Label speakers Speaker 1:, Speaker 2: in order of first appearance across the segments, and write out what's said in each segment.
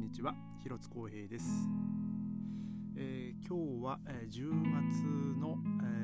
Speaker 1: にちは、広津光平です。今日は10月の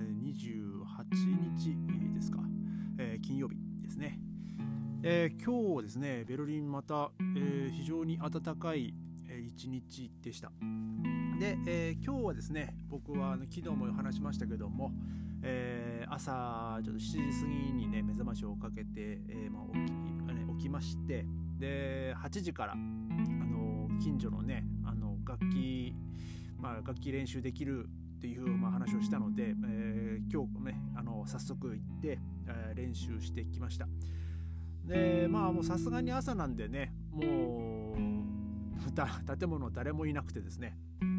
Speaker 1: 28日ですか、金曜日ですね。今日ですね、ベルリンまた、非常に暖かい一日でした。で、今日はですね、僕は昨日も話しましたけども、朝ちょっと7時過ぎにね目覚ましをかけて、起きまして、で8時から近所のね楽器練習できるっていう、話をしたので、今日ね早速行って、練習してきました。でもうさすがに朝なんでね、もう建物誰もいなくてですね、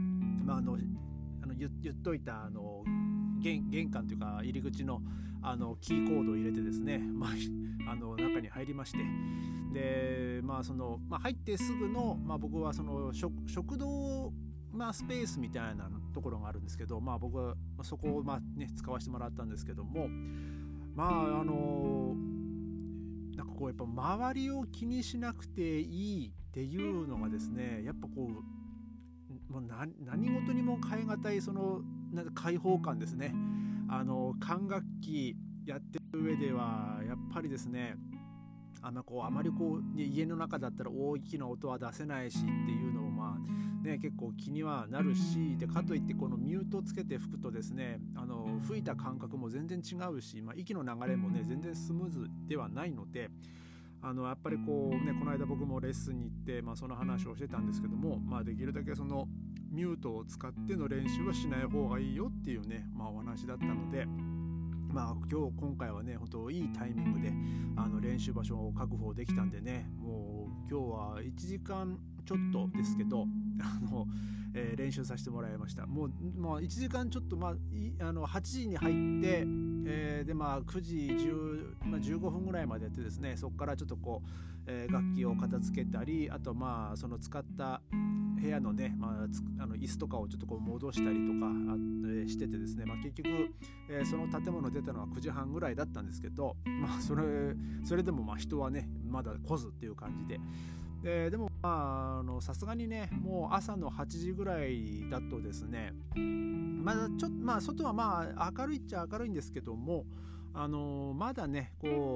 Speaker 1: 言っといた玄関というか入り口のキーコードを入れてですね、中に入りまして、で入ってすぐの、僕はその食堂スペースみたいなところがあるんですけど、僕はそこを使わせてもらったんですけども、なんかこうやっぱ周りを気にしなくていいっていうのがですね、やっぱこうもう何事にも代え難い開放感ですね。管楽器やってる上ではやっぱりですね、あまり家の中だったら大きな音は出せないしっていうのも結構気にはなるし、でかといってこのミュートつけて吹くとですね、吹いた感覚も全然違うし、息の流れもね全然スムーズではないので、やっぱりこの間僕もレッスンに行って、その話をしてたんですけども、できるだけそのミュートを使っての練習はしない方がいいよっていうね、お話だったので、今回はね本当いいタイミングで練習場所を確保できたんでね、もう今日は1時間ちょっとですけど練習させてもらいました。もう1時間ちょっと8時に入って、で9時15分ぐらいまでやってですね、そこからちょっと楽器を片付けたり、あとその使った部屋のね、椅子とかをちょっと戻したりとかしててですね、結局、その建物出たのは9時半ぐらいだったんですけど、それでも人はねまだ来ずっていう感じで、でもさすがにねもう朝の8時ぐらいだとですね、まだちょっと外は明るいっちゃ明るいんですけども、まだね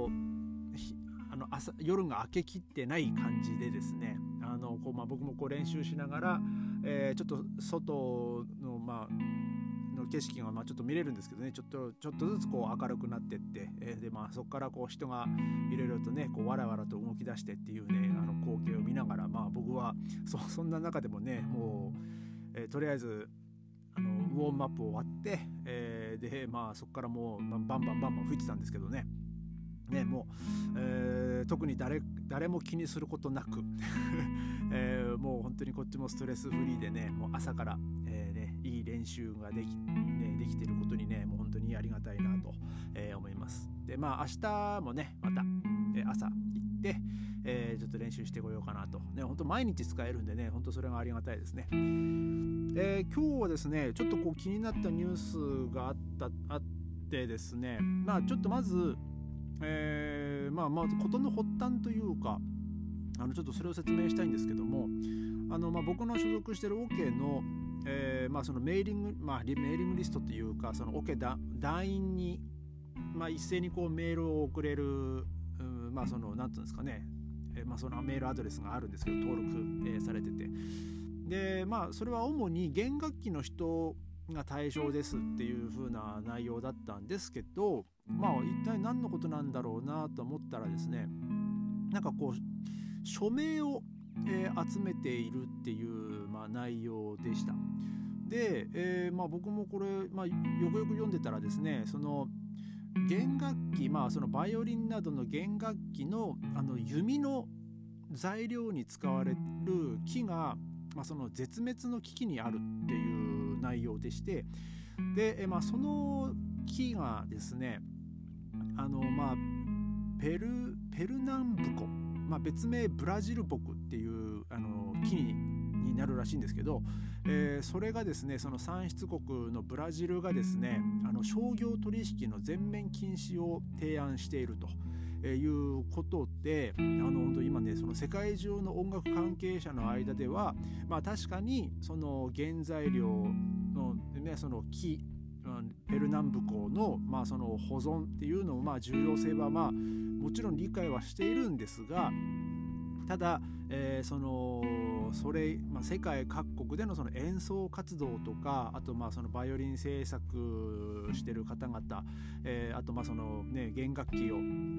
Speaker 1: 夜が明けきってない感じでですね、僕も練習しながら、ちょっと外のの景色がちょっと見れるんですけどね、ちょっとずつ明るくなってって、でそこから人がいろいろとねわらわらと動き出してっていうね光景を見ながら、僕はそんな中でもねもう、とりあえずウォームアップ終わって、でそこからもうバンバン吹いてたんですけどね、もう、特に誰も気にすることなく、もう本当にこっちもストレスフリーでね、もう朝から、いい練習ができていることにねもう本当にありがたいなと、思います。で明日もねまた、朝行って、ちょっと練習してこようかなとね、本当毎日使えるんでね、本当それがありがたいですね。今日はですねちょっと気になったニュースがあってですね、ちょっとまず事の発端というかちょっとそれを説明したいんですけども、僕の所属している OK の、そのメーリングリストというか、その OK 団員に、一斉にメールを送れる、なんていうんですかね、そのメールアドレスがあるんですけど登録、されてて、でそれは主に弦楽器の人が対象ですっていう風な内容だったんですけど、一体何のことなんだろうなと思ったらですね、署名を、集めているっていう、内容でした。で、僕もこれ、よくよく読んでたらですね、その弦楽器、そのバイオリンなどの弦楽器の弓の材料に使われる木が、その絶滅の危機にあるっていう内容でして、で、その木がですねペルナンブコ、別名ブラジル木っていう木になるらしいんですけど、それがですねその産出国のブラジルがですね商業取引の全面禁止を提案していると、 いうことで、本当今ねその世界中の音楽関係者の間では、確かにその原材料の、ね、その木ペルナンブ港の、その保存っていうのも重要性はもちろん理解はしているんですが、ただ、それ、世界各国でのその演奏活動とか、あとそのバイオリン制作してる方々、あとそのね弦楽器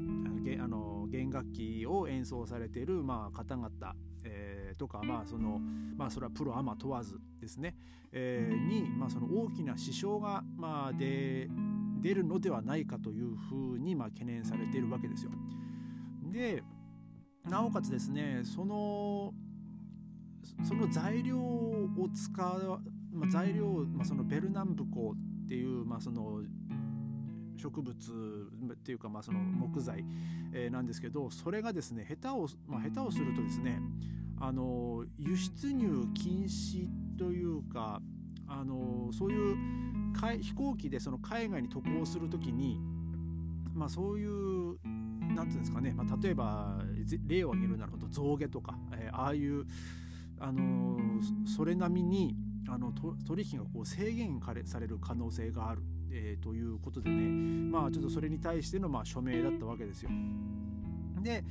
Speaker 1: を演奏されている方々、とかそれはプロアマ問わずですね、にその大きな支障が出るのではないかというふうに懸念されているわけですよ。でなおかつですね、その材料を使う、材料、そのベルナンブ港っていう、その植物っていうか、その木材、なんですけど、それがですね下手をするとですね、輸出入禁止というか、そういう飛行機でその海外に渡航するときに、そういうなんていうんですかね、例えば例を挙げるなら象牙とか、ああいうそれなみに取引が制限される可能性がある、ということでね、ちょっとそれに対しての署名だったわけですよ。で、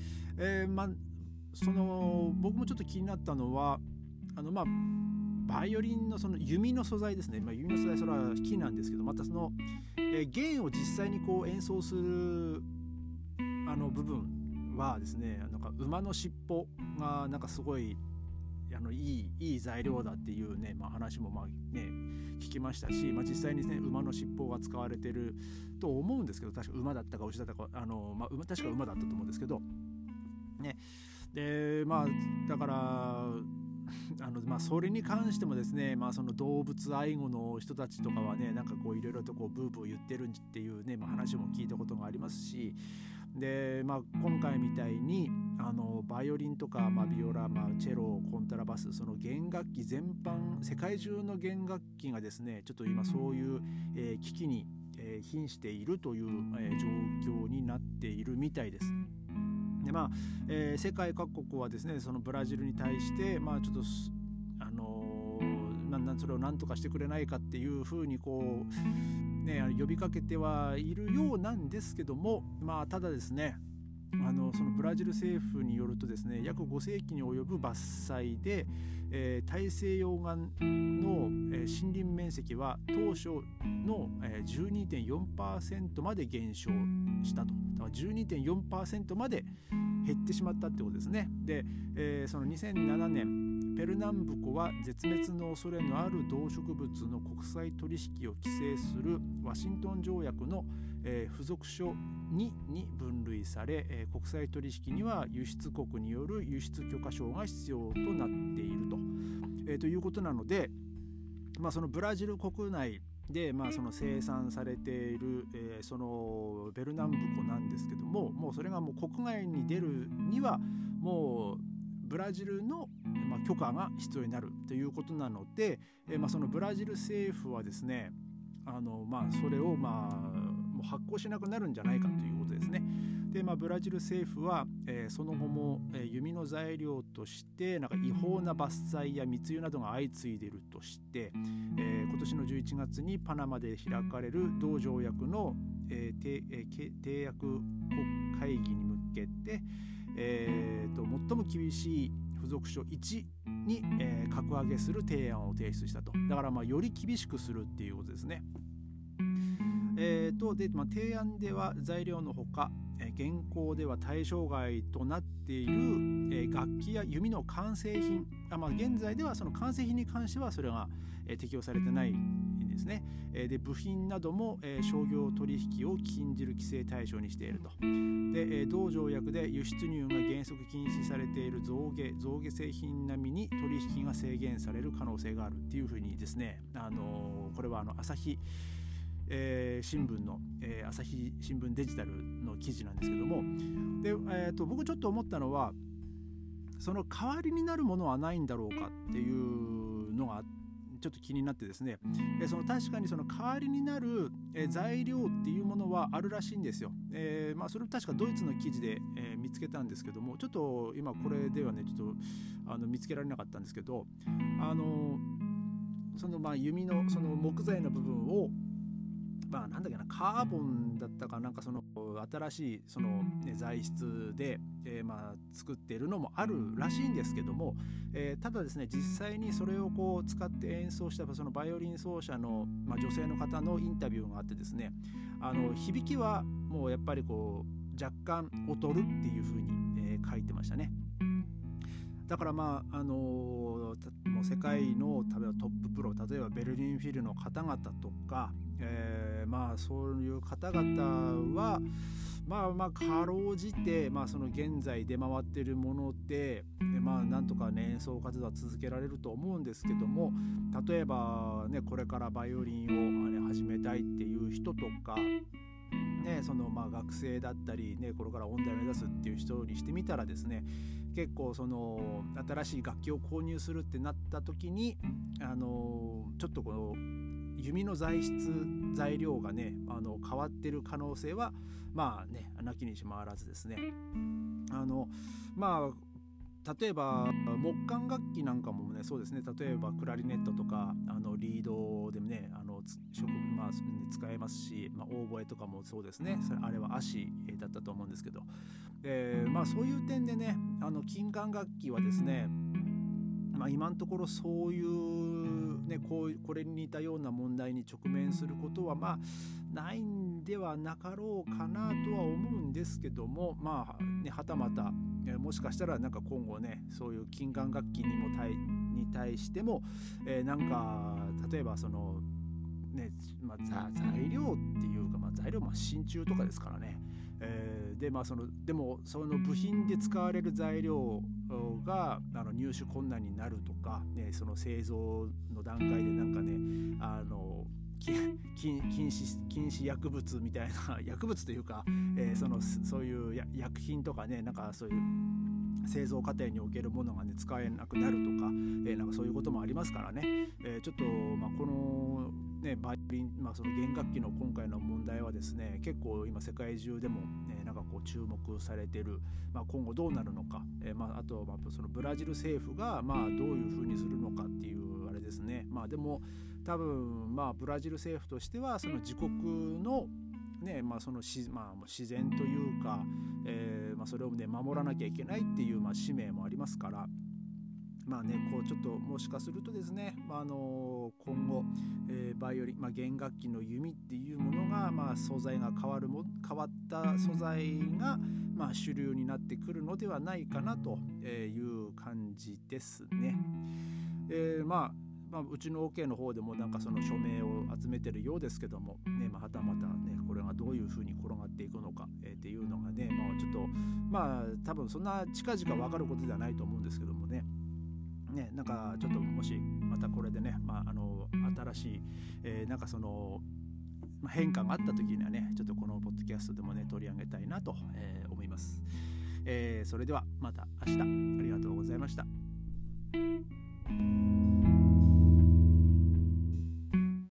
Speaker 1: 僕もちょっと気になったのはバイオリンのその弓の素材ですね、弓の素材、それは木なんですけど、またその、弦を実際に演奏する部分はですね、馬の尻尾がすごいいい材料だっていうね、話も聞きましたし、実際にね馬の尻尾が使われてると思うんですけど、確か馬だったか牛だったか確か馬だったと思うんですけどね。でだからそれに関してもですね、その動物愛護の人たちとかはね、いろいろとブーブー言ってるっていうね、話も聞いたことがありますし、で今回みたいにバイオリンとか、ビオラ、チェロ、コントラバス、その弦楽器全般、世界中の弦楽器がですねちょっと今そういう、危機に、瀕しているという、状況になっているみたいです。で世界各国はですね、そのブラジルに対してちょっとそれを何とかしてくれないかっていうふうに呼びかけてはいるようなんですけども、ただですね、そのブラジル政府によるとですね、約5世紀に及ぶ伐採で、大西洋岸の、森林面積は当初の、12.4% まで減少したと。だから 12.4% まで減ってしまったってことですね。で、その2007年ペルナンブコは絶滅の恐れのある動植物の国際取引を規制するワシントン条約の、付属書2に分類され、国際取引には輸出国による輸出許可証が必要となっているということなので、そのブラジル国内で、その生産されている、そのベルナンブコなんですけども、もうそれがもう国外に出るにはもうブラジルの、許可が必要になるということなので、そのブラジル政府はですね、それをもう発行しなくなるんじゃないかということですね。で、ブラジル政府は、その後も、弓の材料として違法な伐採や密輸などが相次いでいるとして、今年の11月にパナマで開かれる同条約の、締約国会議に向けて、最も厳しい付属書1に、格上げする提案を提出したと。だからより厳しくするっていうことですね。で提案では材料のほか、現行では対象外となっている、楽器や弓の完成品、現在ではその完成品に関してはそれが、適用されてないんですね。で部品なども、商業取引を禁じる規制対象にしていると。で、同条約で輸出入が原則禁止されている象牙製品並みに取引が制限される可能性があるっていうふうにですね、これは朝日新聞の、朝日新聞デジタルの記事なんですけども、で、僕ちょっと思ったのは、その代わりになるものはないんだろうかっていうのがちょっと気になってですね、その確かにその代わりになる、材料っていうものはあるらしいんですよ。それ確かドイツの記事で、見つけたんですけども、ちょっと今これではねちょっと見つけられなかったんですけど、その弓のその木材の部分をなんだっけな、カーボンだったかなんかその新しいその、材質で、作っているのもあるらしいんですけども、ただですね、実際にそれをこう使って演奏したそのバイオリン奏者の、女性の方のインタビューがあってですね、響きはもうやっぱりこう若干劣るっていう風に、書いてましたね。だからもう世界の例えばトッププロ、例えばベルリンフィルの方々とか、そういう方々はかろうじて、その現在出回っているもので、なんとか、演奏活動は続けられると思うんですけども、例えば、これからバイオリンを、始めたいっていう人とか、その学生だったり、これから音大を目指すっていう人にしてみたらですね、結構その新しい楽器を購入するってなった時にちょっとこの弓の材料がね変わってる可能性はなきにしもあらずですね。例えば木管楽器なんかもねそうですね。例えばクラリネットとかリードでもね使えますし、オーボエとかもそうですね。あれは足だったと思うんですけど、そういう点でね金管楽器はですね、今のところそういうねこれに似たような問題に直面することはないんではなかろうかなとは思うんですけども、はたまたもしかしたら今後ねそういう金管楽器に対しても、例えばそのね材料っていうか、材料真鍮とかですからね、でもその部品で使われる材料が入手困難になるとか、その製造の段階で禁止薬物みたいな薬物というか、そういう薬品とかねそういう製造過程におけるものがね使えなくなるとか、そういうこともありますからね、ちょっとこのバイオリン、その弦楽器の今回の問題はですね結構今世界中でも、注目されている、今後どうなるのか、あとそのブラジル政府がどういうふうにするのかっていうあれですね。でも多分ブラジル政府としてはその自国のその自然というか、それをね守らなきゃいけないっていう使命もありますから、ちょっともしかするとですね、今後、バイオリン、弦楽器の弓っていうものが、素材が変わった素材が、主流になってくるのではないかなという感じですね。うちの OK の方でもその署名を集めてるようですけども、はたまたねこれがどういうふうに転がっていくのか、っていうのがね、ちょっと多分そんな近々分かることではないと思うんですけどもね。ちょっともしまたこれでね、新しい、その、変化があった時にはねちょっとこのポッドキャストでもね取り上げたいなと、思います。それではまた明日ありがとうございました。